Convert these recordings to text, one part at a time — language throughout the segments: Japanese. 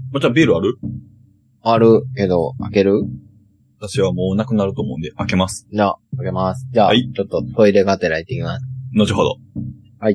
まちゃんビールある？ あるけど、開ける？ 私はもうなくなると思うんで、開けます。 じゃあ、開けます。じゃあ、 はい、 ちょっとトイレがてら行ってきます。 後ほど。 はい。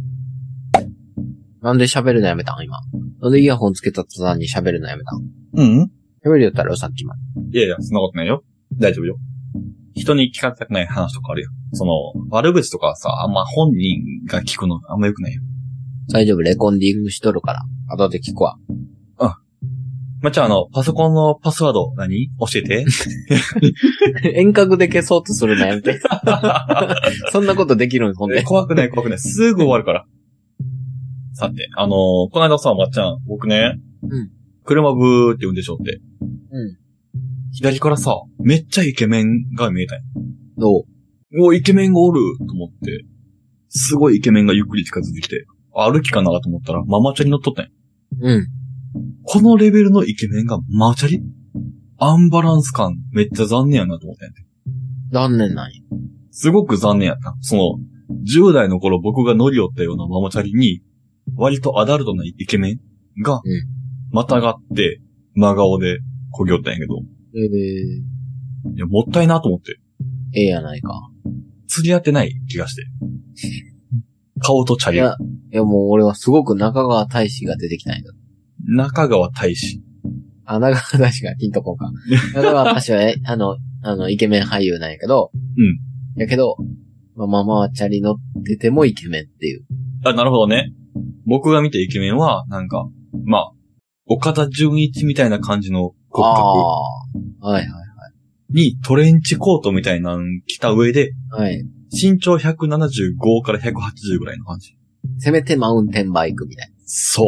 なんで喋るのやめたん今。なんでイヤホンつけた途端に喋るのやめたん？ うん喋るよったらさっきまで。 いやいや、そんなことないよ。大丈夫よ。人に聞かれたくない話とかあるよ。悪口とかはさ、あんま本人が聞くのあんま良くないよ。 大丈夫、レコンディングしとるから。後で聞くわ。 まちゃんパソコンのパスワード教えて。 遠隔で消そうとするのやめて。そんなことできるんほんで。 怖くない。すぐ終わるから。さて、この間さ、まっちゃん、僕ね、 うん。 車ブーって運転しよって。 うん。 左からさ、めっちゃイケメンが見えたんや。 どう？ お、イケメンがおると思って、すごいイケメンがゆっくり近づいてきて、歩きかなと思ったら、ママチャリ乗っとったんや。 うん。 このレベルのイケメンがママチャリ？アンバランス感めっちゃ残念やなと思ったんやて。 残念なんや。 すごく残念やった。10代の頃僕が乗り寄ったようなママチャリに、割とアダルトなイケメンが、またがって、真顔でこぎょったんやけど。いや、もったいなと思って。 ええやないか。 釣り合ってない気がして。顔とチャリ。 いやもう俺はすごく中川大志が出てきたんやけど。 中川大志。 中川大志がピンとこうか。中川大志はイケメン俳優なんやけど。 うん。 やけど、ママはチャリ乗っててもイケメンっていう。 あ、なるほどね。僕が見たイケメンは、岡田准一みたいな感じの骨格。 はいはいはい。 にトレンチコートみたいなの着た上で、 はい。 身長175から180ぐらいの感じ。 せめてマウンテンバイクみたいな。 そう。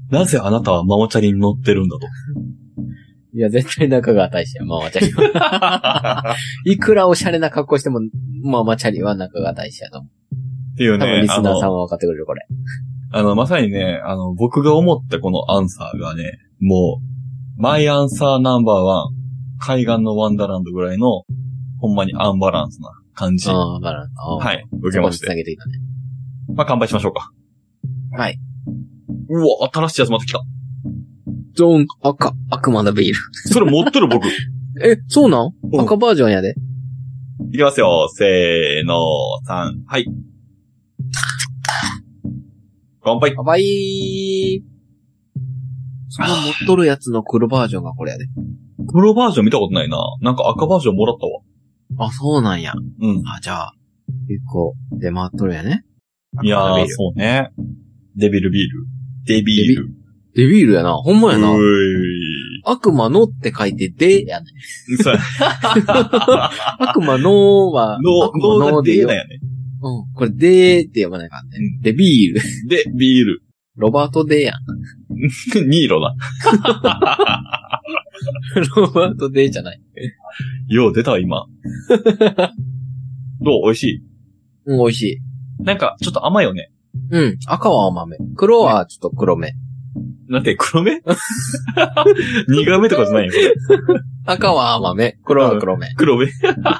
なぜあなたはママチャリに乗ってるんだと。 いや、絶対中川大志や、ママチャリは。いくらおしゃれな格好しても、ママチャリは中川大志やと思う。 っていうね。 多分リスナーさんは分かってくれる、これ。 まさにね、僕が思ったこのアンサーがね、もう、マイアンサーナンバーワン、海岸のワンダーランドぐらいの、ほんまにアンバランスな感じ。 バランス。 はい、受けまして。 下げてきたね。 乾杯しましょうか。 はい。 うわ、新しいやつまた来た。 ゾーン、悪魔のビール。 それ持ってる僕。 そうなん？赤バージョンやで。 いきますよ。せーの、3、はい。乾杯。 乾杯。その持っとるやつの黒バージョンがこれやで。 黒バージョン見たことないな。なんか赤バージョンもらったわ。 あ、そうなんや。 うん。 じゃあ、結構出回っとるやね。 いやー、そうね。デビルビール。デビール。 デビールやな。ほんまやな。 うーい。 悪魔のって書いてでやね。 そうや。 悪魔のは、悪魔のでよ。 やね。 うん。これでって読まないからね。デビール。 で、ビール。 ロバートでやん。 ニーロだ。 ロバートでじゃない。 よう出たわ、今。どう？美味しい？ うん、美味しい。 なんか、ちょっと甘いよね。 うん。赤は甘め。黒はちょっと黒め。 なんて、黒め？苦めとかじゃないよ、それ。 赤は甘め。黒は黒め。 黒め。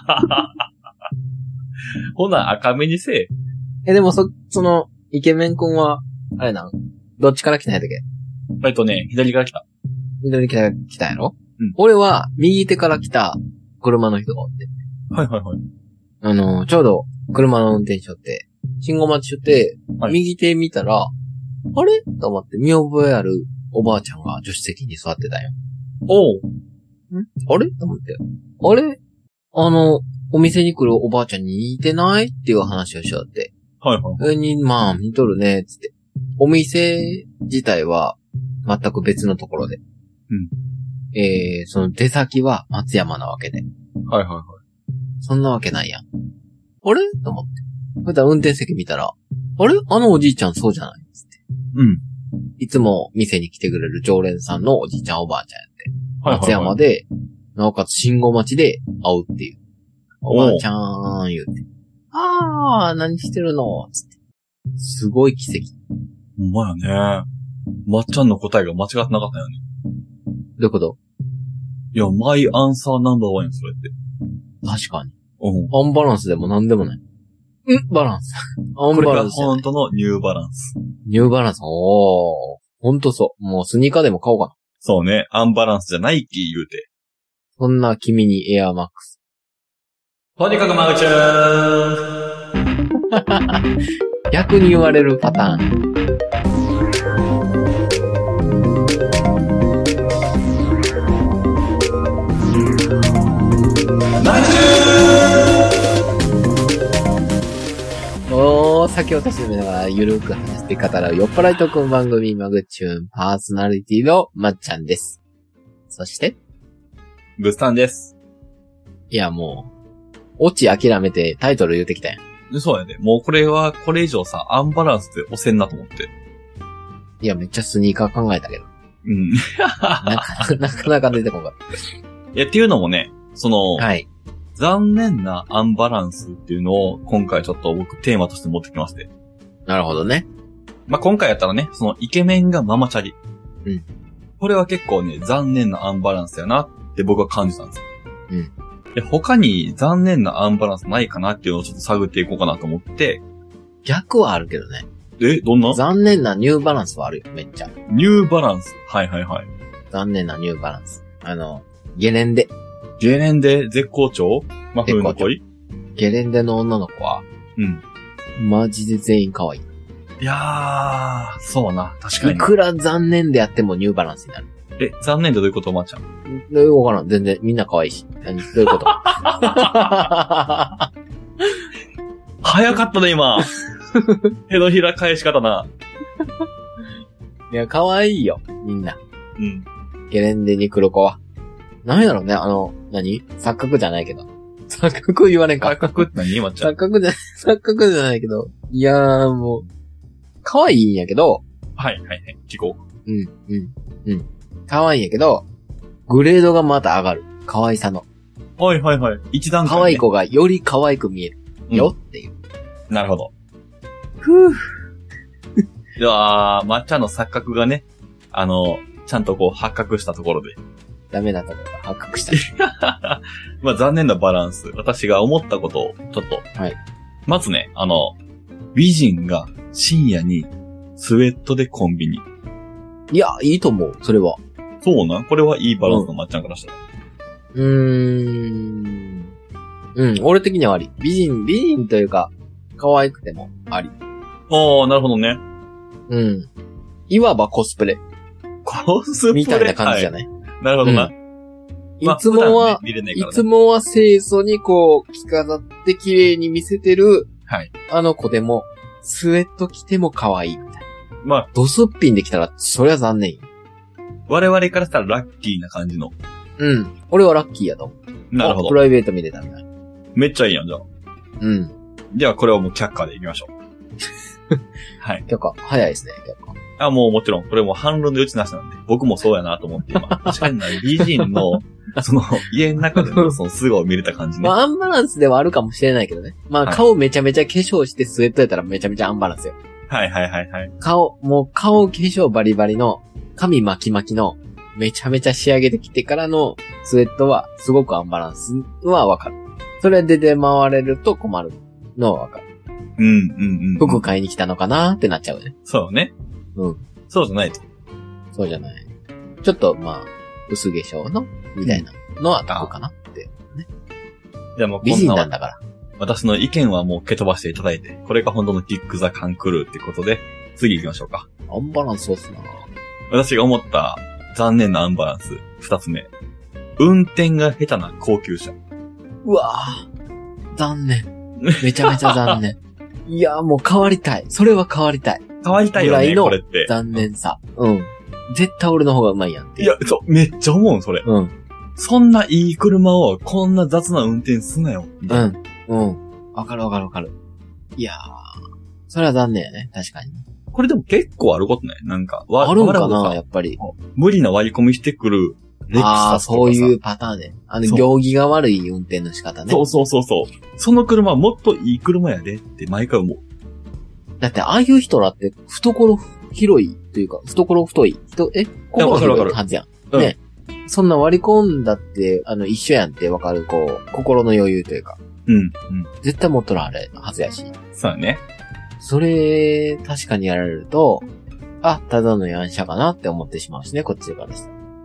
ほな、赤めにせえ。 でもその、イケメン君は、あれなん？どっちから来たんやったっけ？ 左から来た。 左から来たんやろ？ うん。 俺は、右手から来た車の人がおって。 はいはいはい。 ちょうど、車の運転しよって、信号待ちしよって、はい、右手見たら、あれと思って見覚えあるおばあちゃんが助手席に座ってたよ。 おう。 あれと思って。あれお店に来るおばあちゃんに似てないっていう話をしよって。 はいはい。 似とるね、つって。お店自体は全く別のところで。 うん。 その出先は松山なわけで。 はいはいはい。 そんなわけないやん。あれと思って。普段運転席見たら、あれおじいちゃんそうじゃないつって。 うん。 いつも店に来てくれる常連さんのおじいちゃんおばあちゃんやって。 はいはいはい、 松山で、なおかつ信号待ちで会うっていう。おばあちゃん言うて。何してるのつって。すごい奇跡。 ほんまやね。まっちゃんの答えが間違ってなかったよね。 どういうこと？ いや、マイアンサーナンバーワンや、それって。 確かに。 うん。 アンバランスでも何でもない。バランス。アンバランス。 これが本当のニューバランス。 ニューバランス。ほんとそう。もうスニーカーでも買おうかな。 そうね。アンバランスじゃないって言うて。 そんな君にエアマックス。 とにかくマグチューン。 逆に言われるパターン。酒をたしなめながらゆるく話して語らう酔っ払いトーク番組マグチューンパーソナリティのまっちゃんです。そしてグスタンです。 いやもう、オチ諦めてタイトル言うてきたやん。そうやね。もうこれはこれ以上さ、アンバランスで押せんなと思って。 いやめっちゃスニーカー考えたけど。 うん。 なかなか出てこなかった。 いやっていうのもね、 はい。 残念なアンバランスっていうのを今回ちょっと僕テーマとして持ってきまして。 なるほどね。 まあ、今回やったらね、そのイケメンがママチャリ。 うん。 これは結構ね、残念なアンバランスやなって僕は感じたんですよ。 うん。 で、他に残念なアンバランスないかなっていうのをちょっと探っていこうかなと思って。 逆はあるけどね。 どんな？ 残念なニューバランスはあるよ、めっちゃ。 ニューバランス。はいはいはい。 残念なニューバランス。ゲレンデ。 ゲレンデ絶好調？真冬の恋？ ゲレンデの女の子は、 うん。 マジで全員可愛い。 いやー、そうな、確かに。 いくら残念であってもニューバランスになる。 残念ってどういうことまっちゃん？ よくわからん。全然みんな可愛いし。どういうこと早かったね、今。手のひら返し方な。 いや、可愛いよ、みんな。 うん。 ゲレンデに来る子は。なんやろね、錯覚じゃないけど。錯覚言われんか。 錯覚って何まっちゃん？ 錯覚じゃないけど。いやーもう、可愛いんやけど。 はいはいはい。聞こう。うん。可愛いんやけど、グレードがまた上がる。可愛さの。 はいはいはい。一段階、ね。 可愛い子がより可愛く見える。よっていう。 なるほど。 ふぅ。 いやー、まっちゃんの錯覚がね、ちゃんとこう発覚したところで。 ダメなところが発覚した。 まあ残念なバランス。私が思ったことをちょっと。 はい。 まずね、美人が深夜にスウェットでコンビニ。 いや、いいと思う、それは。 そうなん？これはいいバランスのまっちゃんからしたら。 俺的にはあり。美人というか、可愛くてもあり。 ああ、なるほどね。 うん。いわばコスプレ。 コスプレみたいな感じじゃない？ はい、なるほどな。 いつもは、清楚にこう、着飾って綺麗に見せてる、 はい。 あの子でも、スウェット着ても可愛いみたいな。 まあ、 ドスッピンできたら、そりゃ残念よ。 我々からしたらラッキーな感じの。 うん。俺はラッキーやと思う。 なるほど。 プライベート見れたみたいな。 めっちゃいいやん、じゃあ。 うん。 では、これはもう却下でいきましょう。はい。 却下。早いですね、却下。 もうもちろん、これも反論の余地なしなんで、僕もそうやなと思って今。確かに美人の、家の中でのその素顔を見れた感じね。 まあ、アンバランスではあるかもしれないけどね。まあ、顔めちゃめちゃ化粧してスウェットやったらめちゃめちゃアンバランスよ。 はいはいはいはい。 顔化粧バリバリの、髪巻き巻きの、めちゃめちゃ仕上げてきてからのスウェットは、すごくアンバランスはわかる。それで出回れると困るのはわかる。服買いに来たのかなーってなっちゃうね。 そうね。 うん。 そうじゃないと。 そうじゃない。ちょっと、まあ、薄化粧の、みたいなのはどうかなってね。 じゃあもう美人なんだから。 私の意見はもう蹴飛ばしていただいて、これが本当のキックザカンクルーってことで、次行きましょうか。 アンバランスそうっすな。 私が思った残念なアンバランス、二つ目。運転が下手な高級車。 うわぁ。残念。めちゃめちゃ残念。いや、もう変わりたい。それは変わりたい。 変わりたいよね、これって。 残念さ。うん。絶対俺の方がうまいやんって。 いや、めっちゃ思うそれ。 うん。 そんないい車をこんな雑な運転すなよ。 うん。わかる。いやー。それは残念やね。確かに。 これでも結構あることないなんか。 あるんかなやっぱり。 無理な割り込みしてくるレクサスとかさ。 そういうパターンね。行儀が悪い運転の仕方ね。 そう。その車はもっといい車やでって毎回思う。 だってああいう人らって懐広いというか、懐太い人、心広いはずやん。ね。そんな割り込んだって、一緒やんってわかる、こう、心の余裕というか。絶対持っとるはずやし。 そうだね。 それ、確かにやられると、ただのヤンシャかなって思ってしまうしね、こっちからです。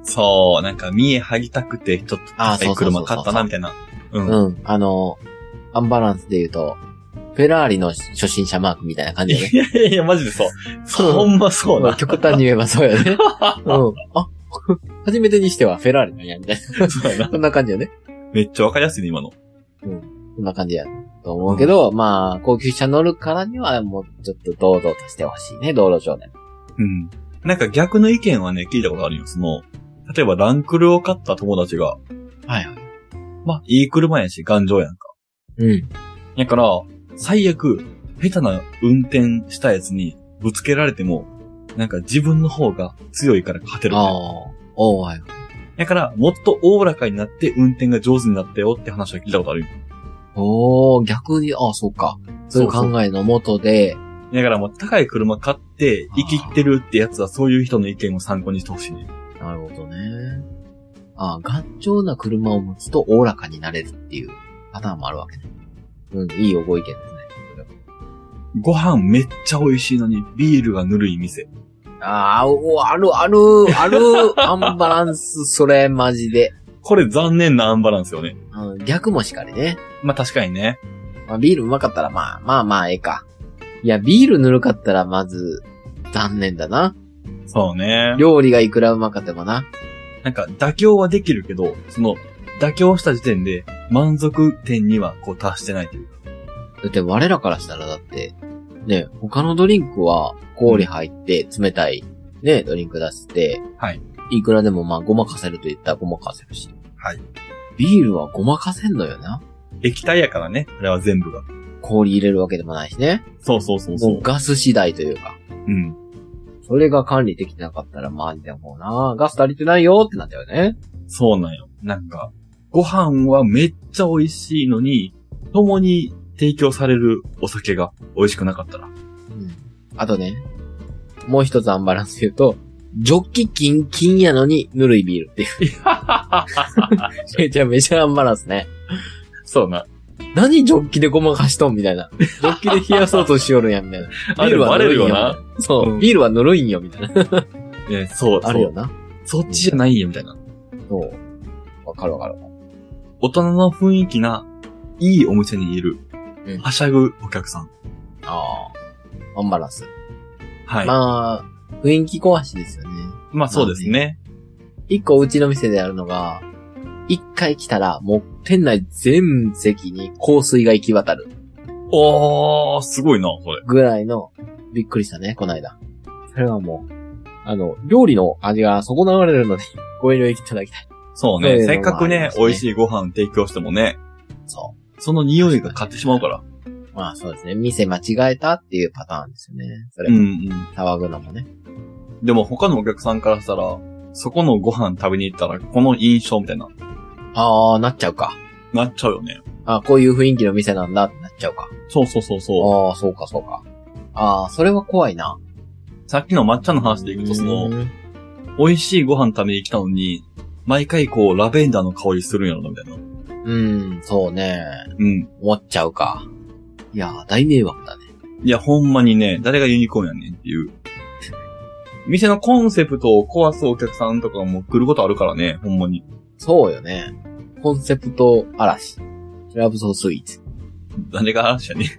そう、なんか見え張りたくて、ちょっと高い車買ったな、みたいな。 うん。アンバランスで言うと、フェラーリの初心者マークみたいな感じだね。 いや、マジでそう。ほんまそうな。 極端に言えばそうよね。うん。あ、初めてにしてはフェラーリなんや、みたいな。そうやな。そんな感じよね。 めっちゃわかりやすいね、今の。 うん。そんな感じやと思うけど、まあ、高級車乗るからにはもうちょっと堂々としてほしいね、道路上で。 うん。なんか逆の意見はね、聞いたことあるよ。例えばランクルを買った友達が。 はいはい。 まあ、いい車やし、頑丈やんか。 うん。 だから、最悪、下手な運転したやつにぶつけられても、なんか自分の方が強いから勝てる。 ああ。おー、はい。 だから、もっとおおらかになって運転が上手になったよって話は聞いたことあるよ。 おー、逆に、そうか。そういう考えのもとで。 だからもう高い車買って生きってるってやつはそういう人の意見を参考にしてほしいね。 なるほどね。頑丈な車を持つとおおらかになれるっていうパターンもあるわけね。うん、いいご意見ですね。 ご飯めっちゃ美味しいのにビールがぬるい店。 ある、アンバランス、それマジで。 これ残念なアンバランスよね。 うん、逆もしかりね。 まあ確かにね。 まあビールうまかったらまあ、ええか。いや、ビールぬるかったらまず、残念だな。 そうね。 料理がいくらうまかってもな。 なんか妥協はできるけど、妥協した時点で満足点には達してないというか。 だって我らからしたらだって、ね、他のドリンクは氷入って冷たいね、ドリンク出して、 はい。 いくらでもごまかせると言ったらごまかせるし。 はい。 ビールはごまかせんのよな。 液体やからね、あれは全部が。 氷入れるわけでもないしね。 そう。 もうガス次第というか。 うん。 それが管理できてなかったらマジでもうな、ガス足りてないよってなっちゃうよね。 そうなんよ。なんか、ご飯はめっちゃ美味しいのに、共に提供されるお酒が美味しくなかったら。うん。 あとね、もう一つアンバランス言うと、ジョッキ金やのにぬるいビールっていう。めちゃめちゃアンバランスね。 そうな。 何ジョッキでごまかしとんみたいな。ジョッキで冷やそうとしよるやんみたいな。 ビールはぬるいよな。 そう、ビールはぬるいんよみたいな。 そう。 あるよな。 そっちじゃないよみたいな。 そう。わかる。 大人の雰囲気な、いいお店にいる。はしゃぐお客さん。 アンバランス。 はい。 まあ、雰囲気壊しですよね。 まあそうですね。 一個うちの店であるのが、一回来たらもう店内全席に香水が行き渡る。 すごいな、これ。 ぐらいの、びっくりしたね、この間。それはもう、料理の味が損なわれるので、ご遠慮いただきたい。 そうね。せっかくね、美味しいご飯提供してもね。 そう。 その匂いが買ってしまうから。 まあそうですね。店間違えたっていうパターンですよね。それも。騒ぐのもね。 でも他のお客さんからしたら、そこのご飯食べに行ったら、この印象みたいな。 なっちゃうか。 なっちゃうよね。 こういう雰囲気の店なんだってなっちゃうか。 そう。 そうか。それは怖いな。 さっきの抹茶の話でいくと、美味しいご飯食べに来たのに、毎回ラベンダーの香りするんやろな、みたいな。 そうね。思っちゃうか。いや、大迷惑だね。 いや、ほんまにね、誰がユニコーンやねんっていう。店のコンセプトを壊すお客さんとかも来ることあるからね、ほんまに。 そうよね。コンセプト嵐。ラブソースイーツ。 誰が嵐やね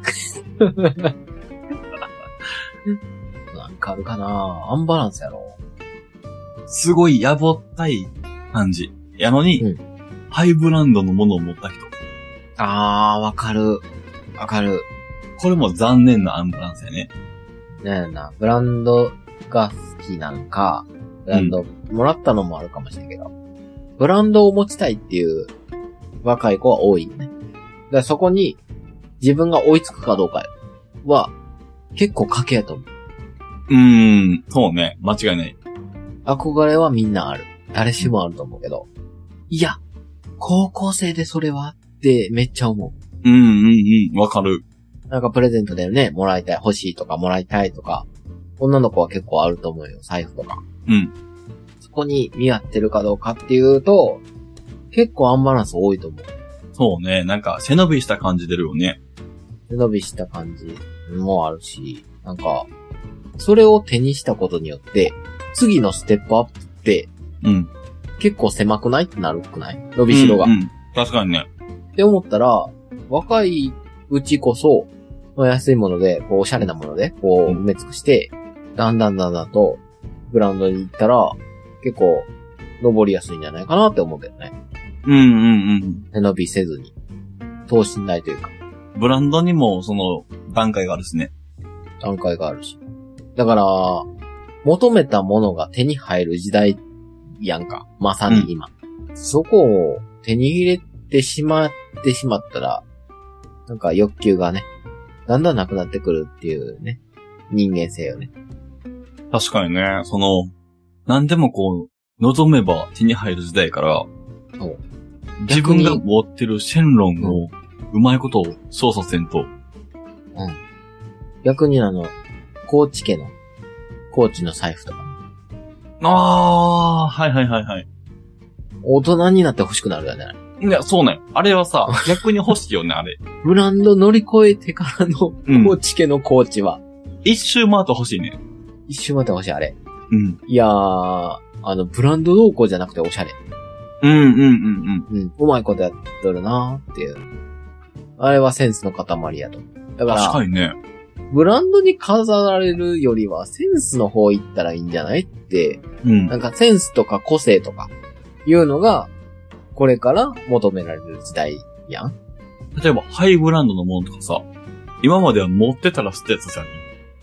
なんかあるかなアンバランスやろ。 すごいやぼったい感じ。やのに、ハイブランドのものを持った人。 わかる。 これも残念なアンバランスやね。 ブランドが好きなんか、ブランドもらったのもあるかもしれんけど、ブランドを持ちたいっていう若い子は多いよね。だからそこに自分が追いつくかどうかは結構賭けやと思う。 そうね。間違いない。 憧れはみんなある。誰しもあると思うけど。いや、高校生でそれはってめっちゃ思う。 わかる。 なんかプレゼントでね、もらいたい、欲しいとかもらいたいとか、女の子は結構あると思うよ。財布とか。そこに見合ってるかどうかっていうと、結構アンバランス多いと思う。 そうね。なんか背伸びした感じ出るよね。 背伸びした感じもあるし、なんか、それを手にしたことによって、次のステップアップってうん。 結構狭くないってなるくない伸びしろが。 確かにね。 って思ったら、若いうちこそ、安いもので、こう、おしゃれなもので、こう、埋め尽くして、だんだんと、ブランドに行ったら、結構、登りやすいんじゃないかなって思うんだよね。背伸びせずに。等身大というか。 ブランドにも、段階があるしね。 段階があるし。だから、求めたものが手に入る時代やんか。まさに今。そこを手に入れてしまったら、なんか欲求がね、だんだんなくなってくるっていうね、人間性よね。 確かにね、何でも望めば手に入る時代から、自分が持ってるシェンロンを、うまいことを操作せんと。 逆にコーチ家の、コーチの財布とかね。 はい。 大人になって欲しくなるよね。 いや、そうね。あれはさ、逆に欲しいよね、あれ。 ブランド乗り越えてからの、コーチ家のコーチは。 一周回って欲しいね。 一周回って欲しい、あれ。 うん。 いやー、ブランド動向じゃなくておしゃれ。うまいことやっとるなーっていう。あれはセンスの塊やと。だから、 確かにね。 ブランドに飾られるよりはセンスの方行ったらいいんじゃないって、なんかセンスとか個性とかいうのがこれから求められる時代やん。 例えばハイブランドのものとかさ、今までは持ってたら捨てたやつじゃん。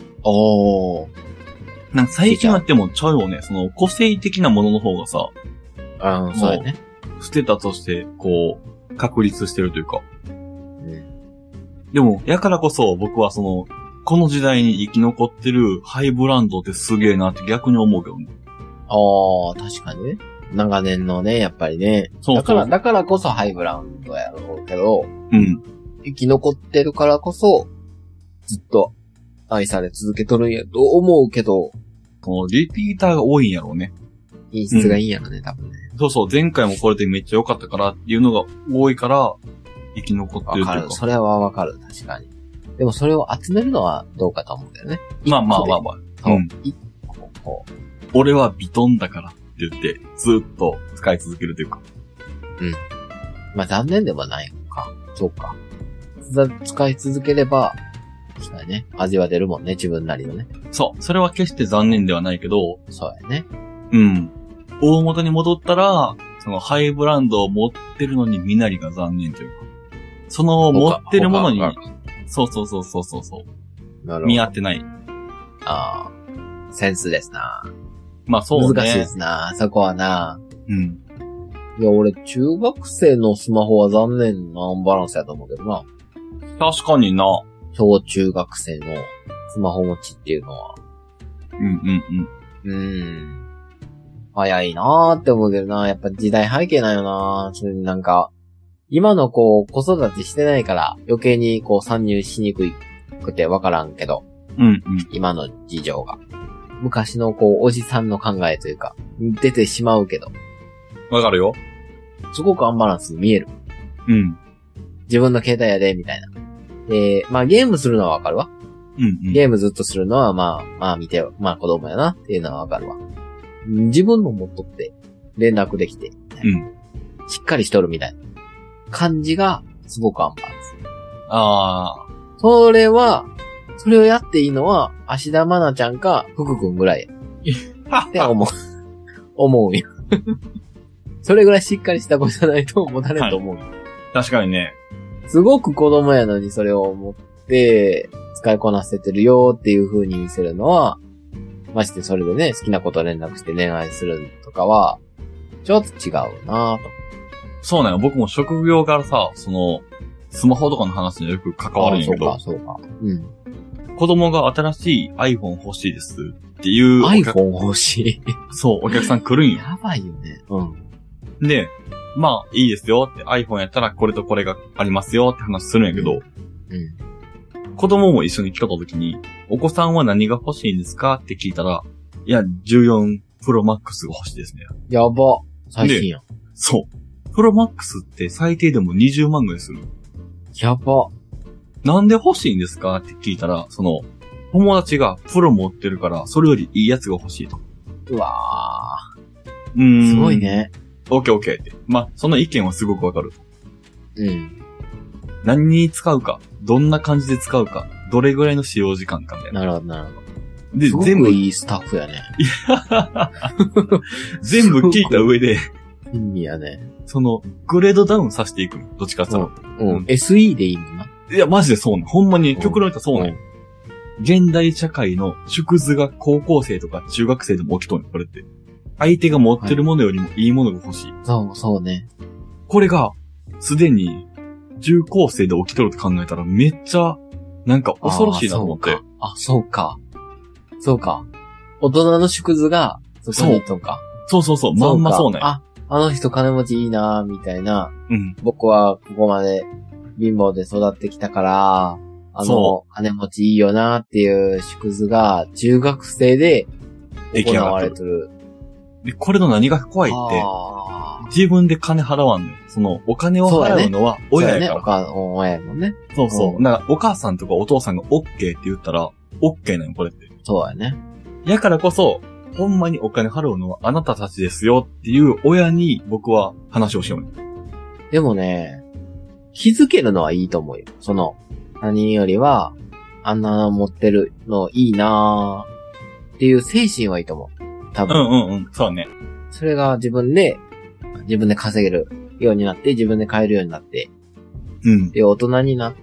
なんか最近はでもちゃうよね。個性的なものの方がさ、 そうやね。 捨てたとして確立してるというか。でも、やからこそ僕はこの時代に生き残ってるハイブランドってすげえなって逆に思うけどね。 確かにね。長年のね、やっぱりね。 そうだからこそハイブランドやろうけど、生き残ってるからこそ、ずっと愛され続けとるんやと思うけど、 リピーターが多いんやろうね。 品質がいいんやろね、多分ね。 そう、前回もこれでめっちゃ良かったからっていうのが多いから、生き残ってるというか。 わかる。それはわかる。確かに。でもそれを集めるのはどうかと思うんだよね。 まあ。俺はビトンだからって言って、ずっと使い続けるというか。 まあ残念ではないのか。そうか。使い続ければ、確かにね、味は出るもんね、自分なりのね。 そう。それは決して残念ではないけど。 そうやね。 大元に戻ったら、ハイブランドを持ってるのに身なりが残念というか。持ってるものに、そう。見合ってない。 センスですな。 まあそうね。 難しいですな、そこはな。 いや、俺、中学生のスマホは残念なアンバランスやと思うけどな。 確かにな。 小中学生のスマホ持ちっていうのは。早いなーって思うけどな。やっぱ時代背景なんよな。それになんか、今の子育てしてないから余計に参入しにくくてわからんけど。今の事情が。昔のおじさんの考えというか、出てしまうけど。 わかるよ。 すごくアンバランスに見える。自分の携帯やで、みたいな。まあゲームするのはわかるわ。ゲームずっとするのはまあ見て、まあ子供やなっていうのはわかるわ。自分の持っとって連絡できて、しっかりしとるみたいな感じがすごくアンバランス。それをやっていいのは、芦田愛菜ちゃんか福くんぐらいや。って思うよ。それぐらいしっかりした子じゃないと持たれんと思うよ。 確かにね。 すごく子供やのにそれを持って使いこなせてるよっていう風に見せるのは、ましてそれでね、好きなこと連絡して恋愛するとかは、ちょっと違うなぁと。 そうなの。僕も職業からさ、スマホとかの話によく関わるんやけど。 そうか。 子供が新しい iPhone 欲しいですっていう。 iPhone 欲しいそう、お客さん来るんよ。 やばいよね。 で、まあ、いいですよって iPhone やったらこれとこれがありますよって話するんやけど。子供も一緒に来た時に、お子さんは何が欲しいんですかって聞いたら、いや、14 Pro Max が欲しいですね。 やば。最新やん。 そう。Pro Max って最低でも20万ぐらいする。 やば。 なんで欲しいんですかって聞いたら、友達がプロ持ってるから、それよりいいやつが欲しいと。 うわすごい。ね。 オッケーオッケーって。まあ、その意見はすごくわかる。 うん。 何に使うか、どんな感じで使うか、どれぐらいの使用時間かみたいな。 なるほど、なるほど。 で、 すご全部くいいスタッフやね。 全部聞いた上で、 意味やね。 その、グレードダウンさせていくの。どっちかって言ったら。 うん。SE でいいもんな。 いや、マジでそうね。ほんまに極論言ったらそうね。現代社会の縮図が高校生とか中学生でも起きとんねん、これって。相手が持ってるものよりもいいものが欲しい。 そうね。 これが、すでに、中高生で起きとると考えたらめっちゃ、なんか恐ろしいなと思って。 そうか。大人の縮図が、そこにとか。 そう。まんまそうね。 あの人金持ちいいなみたいな。 うん。 僕はここまで貧乏で育ってきたから、金持ちいいよなっていう縮図が中学生で行われてる。 で、これの何が怖いって、自分で金払わんのよ。その、お金を払うのは親やから。 親やもんね。 そう。だから、お母さんとかお父さんが OK って言ったら、OK なのよ、これって。 そうやね。 やからこそ、ほんまにお金払うのはあなたたちですよっていう親に僕は話をしよう。 でもね、気づけるのはいいと思うよ。その、他人よりは、あんなの持ってるのいいなーっていう精神はいいと思う。多分。 そうね。 それが自分で稼げるようになって、自分で買えるようになって、で、大人になって、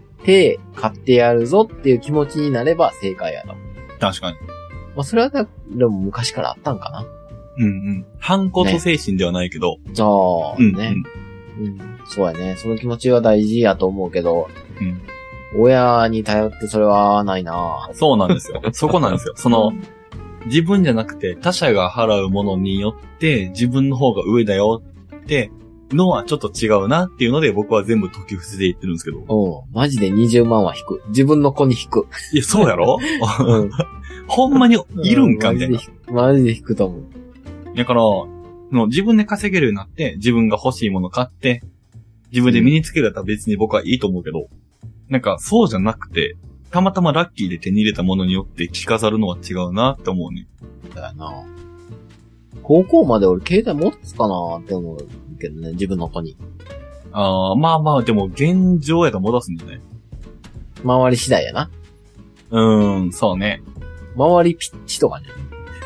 買ってやるぞっていう気持ちになれば正解やと。 確かに。 まあ、それはでも昔からあったんかな。 反骨精神ではないけど。 そうね。そうやね。その気持ちは大事やと思うけど、親に頼ってそれはないな。 そうなんですよ。そこなんですよ。その、自分じゃなくて他者が払うものによって自分の方が上だよってのはちょっと違うなっていうので僕は全部解き伏せていってるんですけど。 マジで20万は引く。自分の子に引く。 いや、そうやろほんまにいるんかみたいな。 マジで引くと思う。 だから、自分で稼げるようになって自分が欲しいもの買って自分で身につけるだったら別に僕はいいと思うけど、なんかそうじゃなくて、たまたまラッキーで手に入れたものによって着飾るのは違うなって思うね。 だよな。高校まで俺携帯持つかなって思うけどね、自分の子に。 まあ、でも現状やと戻すんじゃない？ 周り次第やな。 そうね。 周りピッチとかね。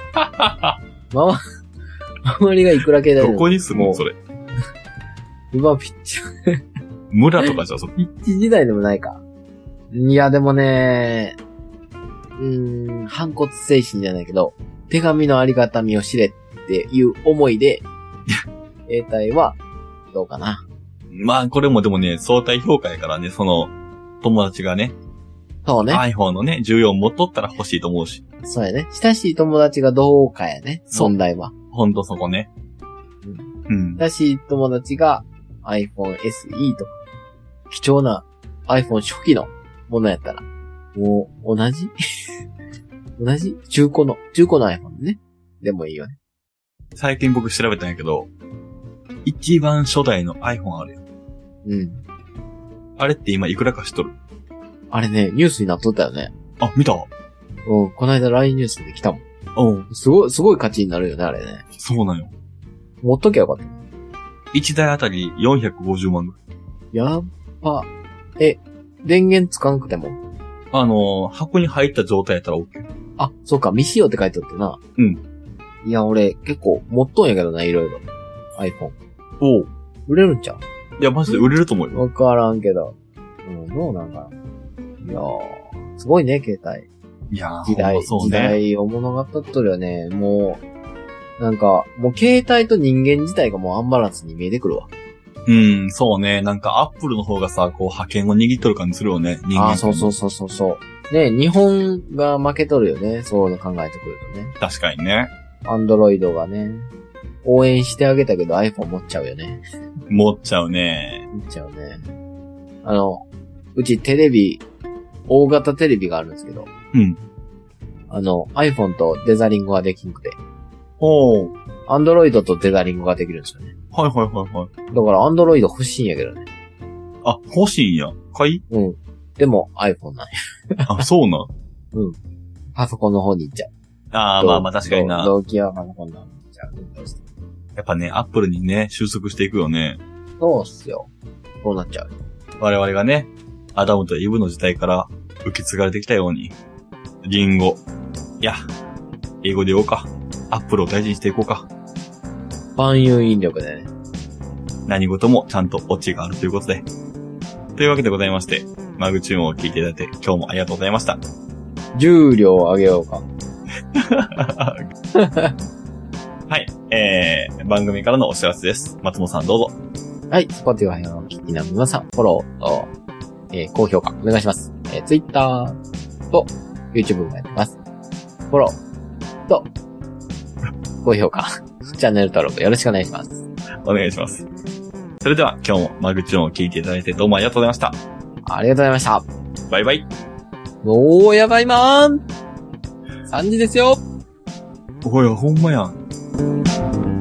周りがいくら携帯どこに住むのそれ。 今ピッチ。 村とかじゃ、 ピッチ時代でもないか。いや、でもね、反骨精神じゃないけど、手紙のありがたみを知れっていう思いで、携帯は、どうかな。 まあ、これもでもね、相対評価やからね、その、友達がね、 そうね。 iPhone のね、14持っとったら欲しいと思うし。 そうやね。親しい友達がどうかやね。問題は。 ほんとそこね。 親しい友達が iPhone SE とか、貴重な iPhone 初期のものやったら、もう同じ中古の iPhone ね。でもいいよね。 最近僕調べたんやけど、一番初代の iPhone あるよ。あれって今いくらか知っとる？ あれね、ニュースになっとったよね。 あ、見た？ この間 LINE ニュースで来たもん。すごい価値になるよね、あれね。 そうなんよ。 持っときゃよかった。 1台あたり450万ぐらい。やっば。電源つかんくても箱に入った状態やったら OK。 あ、そうか、未使用って書いてあってな。いや、俺、結構、持っとんやけどな、いろいろ。iPhone。売れるんちゃう？ いや、マジで売れると思うよ。 わからんけど。どうなんかな。いやー、すごいね、携帯。 いやー、 時代を物語っとるよね。もう、なんか、もう携帯と人間自体がもうアンバランスに見えてくるわ。 そうね。なんか、アップルの方がさ、こう、覇権を握っとる感じするよね、人間。 そう。ね、日本が負けとるよね。そういうの考えてくるとね。 確かにね。 アンドロイドがね、応援してあげたけど iPhone 持っちゃうよね。 持っちゃうね。 うちテレビ、大型テレビがあるんですけど。iPhone とデザリングができんくて。アンドロイドとデザリングができるんですよね。 はい。 だからアンドロイド欲しいんやけどね。 あ、欲しいんや。買い？ でも iPhone なんや。 あ、そうなん。 パソコンの方に行っちゃう。 まあ確かにな。 動機はパソコンの方に行っちゃう。どうしてやっぱね、アップルにね、収束していくよね。 そうっすよ。そうなっちゃう。 我々がね、アダムとイブの時代から受け継がれてきたように、リンゴ。いや、英語で言おうか。アップルを大事にしていこうか。 万有引力でね。 何事もちゃんとオチがあるということで。というわけでございまして、マグチューンを聞いていただいて今日もありがとうございました。 重量を上げようか。 はい、番組からのお知らせです。松本さんどうぞ。 はい、Spotify のお聞きの皆さん、フォローと、高評価お願いします。Twitter と YouTube もやってます。フォローと、高評価、チャンネル登録よろしくお願いします。 お願いします。それでは今日もマグチューンを聞いていただいてどうもありがとうございました。 ありがとうございました。 バイバイ。 おー、やばいまーん !3 時ですよ。 おや、ほんまやん。